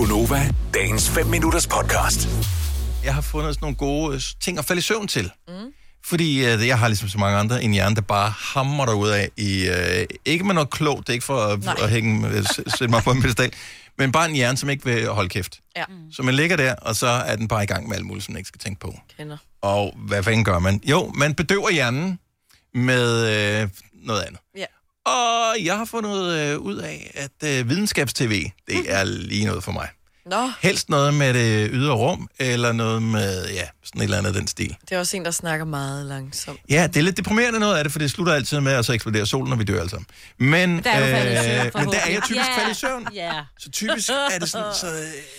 Gonova, dagens 5 minutters podcast. Jeg har fundet sådan nogle gode ting at falde i søvn til. Fordi jeg har ligesom så mange andre en hjerne, der bare hammer derud af i... ikke med noget klogt, det er ikke for at sætte mig på en pedestal, men bare en hjerne, som ikke vil holde kæft. Ja. Så man ligger der, og så er den bare i gang med alt muligt, som man ikke skal tænke på. Kender. Og hvad fanden gør man? Jo, man bedøver hjernen med noget andet. Ja. Og jeg har fundet ud af, at videnskabstv, det er lige noget for mig. Nå, Helst noget med det ydre rum, eller noget med, sådan et eller andet af den stil. det er også en, der snakker meget langsomt. Ja, det er lidt deprimerende noget af det, for det slutter altid med, at så eksploderer solen, når vi dør alle sammen. Men Der er jo faldet i søvn, men der er forhåbentlig. jeg typisk Ja. faldet i søvn. Ja. Så typisk er det sådan, så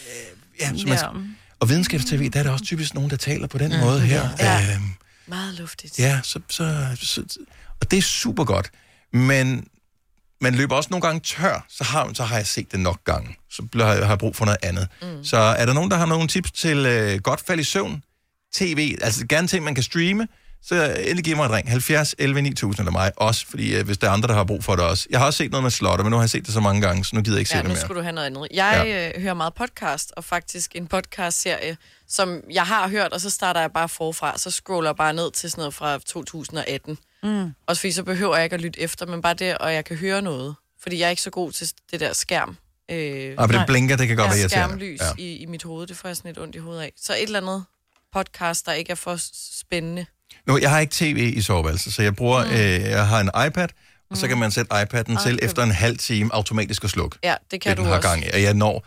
man skal, og videnskabstv, der er der også typisk nogen, der taler på den måde her. Ja. Meget luftigt. Ja, så, og det er super godt. Men man løber også nogle gange tør, så har jeg set det nok gange. Så har jeg brug for noget andet. Så er der nogen, der har nogle tips til godt fald i søvn? TV, altså gerne ting, man kan streame, så endelig giv mig et ring. 70 11 9000 eller mig også, fordi hvis der er andre, der har brug for det også. Jeg har også set noget med slotter, men nu har jeg set det så mange gange, så nu gider jeg ikke se Ja, det nu mere. skulle du have noget andet. Jeg hører meget podcast, og faktisk en podcast-serie, som jeg har hørt, og så starter jeg bare forfra, så scroller jeg bare ned til sådan noget fra 2018. Også fordi så behøver jeg ikke at lytte efter, men bare det, og jeg kan høre noget. Fordi jeg er ikke så god til det der skærm. Og det blinker, det kan godt være irriterende. Skærmlys i mit hoved, det får jeg sådan lidt ondt i hovedet af. Så et eller andet podcast, der ikke er for spændende. Nu, jeg har ikke tv i soveværelset, så jeg bruger, jeg har en iPad, og så kan man sætte iPad'en til efter en halv time automatisk at slukke. Ja, det kan det, du den har også. gang i. Og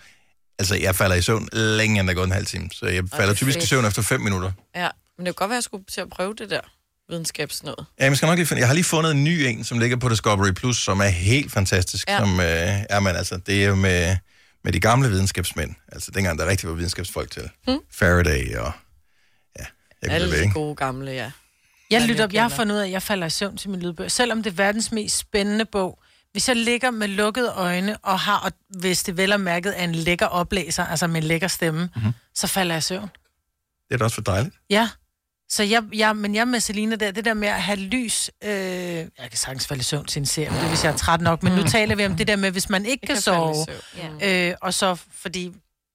jeg falder i søvn længe, end der er gået en halv time. Så jeg falder typisk i søvn efter 5 minutter. Ja, men det kan godt være, at jeg skulle til at prøve det der videnskabsnød. Ja, jeg skal nok lige finde. Jeg har lige fundet en ny en, som ligger på Discovery Plus, som er helt fantastisk. Ja. Som, det er jo med de gamle videnskabsmænd. Altså dengang, der rigtig var videnskabsfolk til. Faraday og... Ja, jeg kan Alle det ved, de ikke? gode gamle, ja. Jeg har fundet ud af, at jeg falder i søvn til min lydbøger. Selvom det er verdens mest spændende bog. Hvis jeg ligger med lukkede øjne, og hvis det vel er mærket af en lækker oplæser, altså med en lækker stemme, så falder jeg i søvn. Det er da også for dejligt. Ja. Så men jeg med Selina der, det der med at have lys, jeg kan sagtens falde i søvn til en serie, det er, hvis jeg er træt nok, men nu taler vi om det der med, hvis man ikke kan sove, og så, fordi,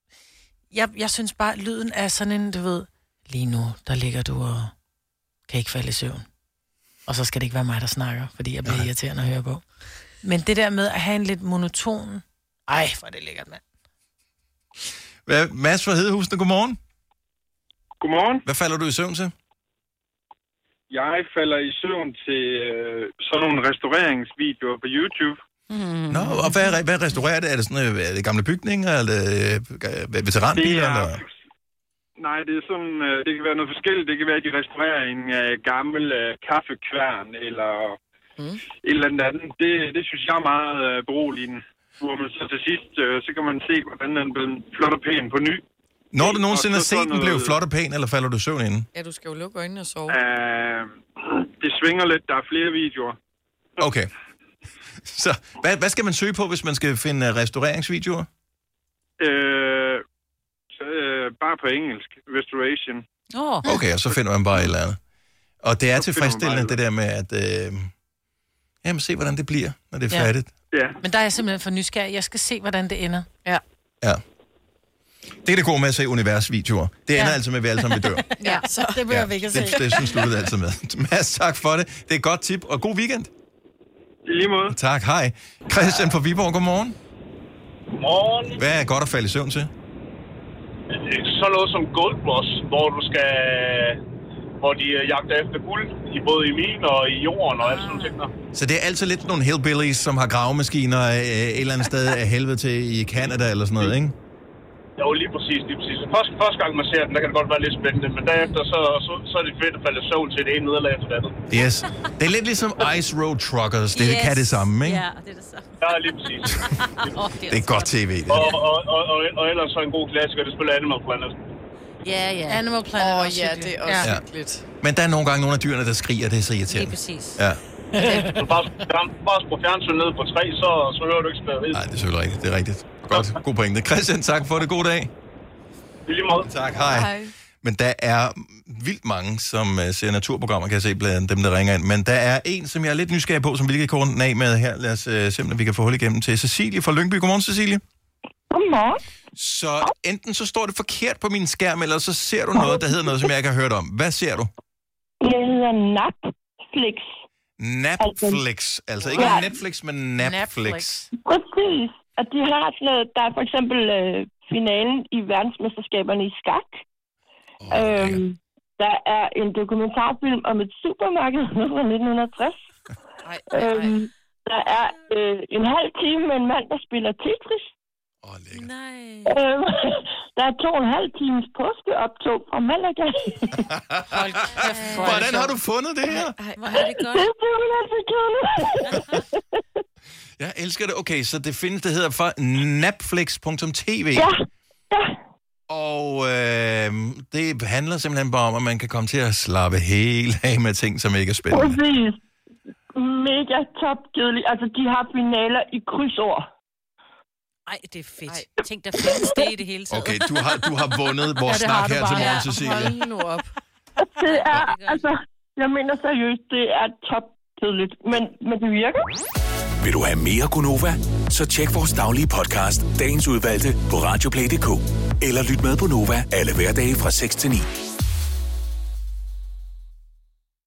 jeg synes bare, at lyden er sådan en, du ved, lige nu, der ligger du og kan ikke falde i søvn. Og så skal det ikke være mig, der snakker, fordi jeg bliver irriterende at høre på. Men det der med at have en lidt monoton, hvor er det lækkert, mand. Mads fra Hedehusene, godmorgen. Godmorgen. Hvad falder du i søvn til? Jeg falder i søvn til sådan nogle restaureringsvideoer på YouTube. Nå, og hvad restaurerer det? Er det sådan er det gamle bygninger, eller veteranbiler? Eller? Nej, det er sådan, det kan være noget forskelligt. Det kan være, at de restaurerer en gammel kaffekværn, eller et eller andet. Det synes jeg er meget beroligende. Hvor man så til sidst, så kan man se, hvordan den blev flot og pæn på ny. Når du nogensinde har set den blev flot og pæn, eller falder du i søvn inden? Ja, du skal jo lukke øjnene og sove. Det svinger lidt. Der er flere videoer. Okay. Så hvad skal man søge på, hvis man skal finde restaureringsvideoer? Bare på engelsk. Restoration. Okay, og så finder man bare et eller andet. Og det er tilfredsstillende, det der med at se, hvordan det bliver, når det er færdigt. Ja. Men der er jeg simpelthen for nysgerrig. Jeg skal se, hvordan det ender. Ja. Det er det gode med at se universvideoer. Det ender altså med, at vi alle sammen dør. Ja, så det vil jeg ikke se. Det synes slutter altid med. Mads, tak for det. Det er et godt tip, og god weekend. I lige måde. Tak, hej. Christian fra Viborg, godmorgen. Godmorgen. Hvad er godt at falde i søvn til? Så noget som Gold Rush, hvor de jagter efter guld, både i minen og i jorden og alt sådan ting der. Så det er altid lidt nogle hillbillies, som har gravemaskiner et eller andet sted af helvede til i Canada eller sådan noget, ikke? Jo, lige præcis. Første gang man ser den, der kan det godt være lidt spændende, men derefter så er det fedt at falde i søvn til det ene nederlag efter det andet. Yes. Det er lidt ligesom Ice Road Truckers. Det kan det samme, ikke? Ja, det er det samme. Ja, lige præcis. Det er godt tv, det. Og ellers så en god klassiker, det spiller Animal Planet. Ja. Animal Planet. Ja, det er også hyggeligt. Men der er nogle gange nogle af dyrene, der skriger, det er så irriterende. Lige præcis. Ja. Så bare på fjernsyn ned på 3, så hører du ikke spille. Nej, det er selvfølgelig rigtigt. Det er rigtigt. Godt. God pointe. Christian, tak for det. God dag. I lige måde. Tak, hej. Men der er vildt mange, som ser naturprogrammer, kan jeg se blandt dem, der ringer ind. Men der er en, som jeg er lidt nysgerrig på, som vi lige kan korte af med her. Lad os se, om vi kan få hul igennem til Cecilie fra Lyngby. Godmorgen, Cecilie. Godmorgen. Så enten så står det forkert på min skærm, eller så ser du noget, der hedder noget, som jeg ikke har hørt om. Hvad ser du? Det hedder Netflix. Netflix. Altså ikke Netflix, men Netflix. Præcis. Og de har sådan noget, der er for eksempel finalen i verdensmesterskaberne i skak. Der er en dokumentarfilm om et supermarked fra 1960. Der er en halv time med en mand, der spiller Tetris. Nej. Der er 2,5 times påskeoptog fra Malaga. Hvordan har du fundet det her? Hvor er det godt. Det er simpelthen så kedeligt. Jeg elsker det. Okay, så det findes, det hedder for Netflix.tv. Ja. Og det handler simpelthen bare om, at man kan komme til at slappe helt af med ting, som ikke er spændende. Præcis. Mega top kedeligt. Altså, de har finaler i krydsord. Ej, det er fedt. Tænk, der findes det i det hele taget. Okay, du har vundet vores snak her til morgen, Cecilie. Hold nu op. Det er, altså, jeg mener seriøst, det er top kedeligt. Men det virker. Vil du have mere Gunova? Så tjek vores daglige podcast, dagens udvalgte, på radioplay.dk. Eller lyt med på Nova alle hverdage fra 6 til 9.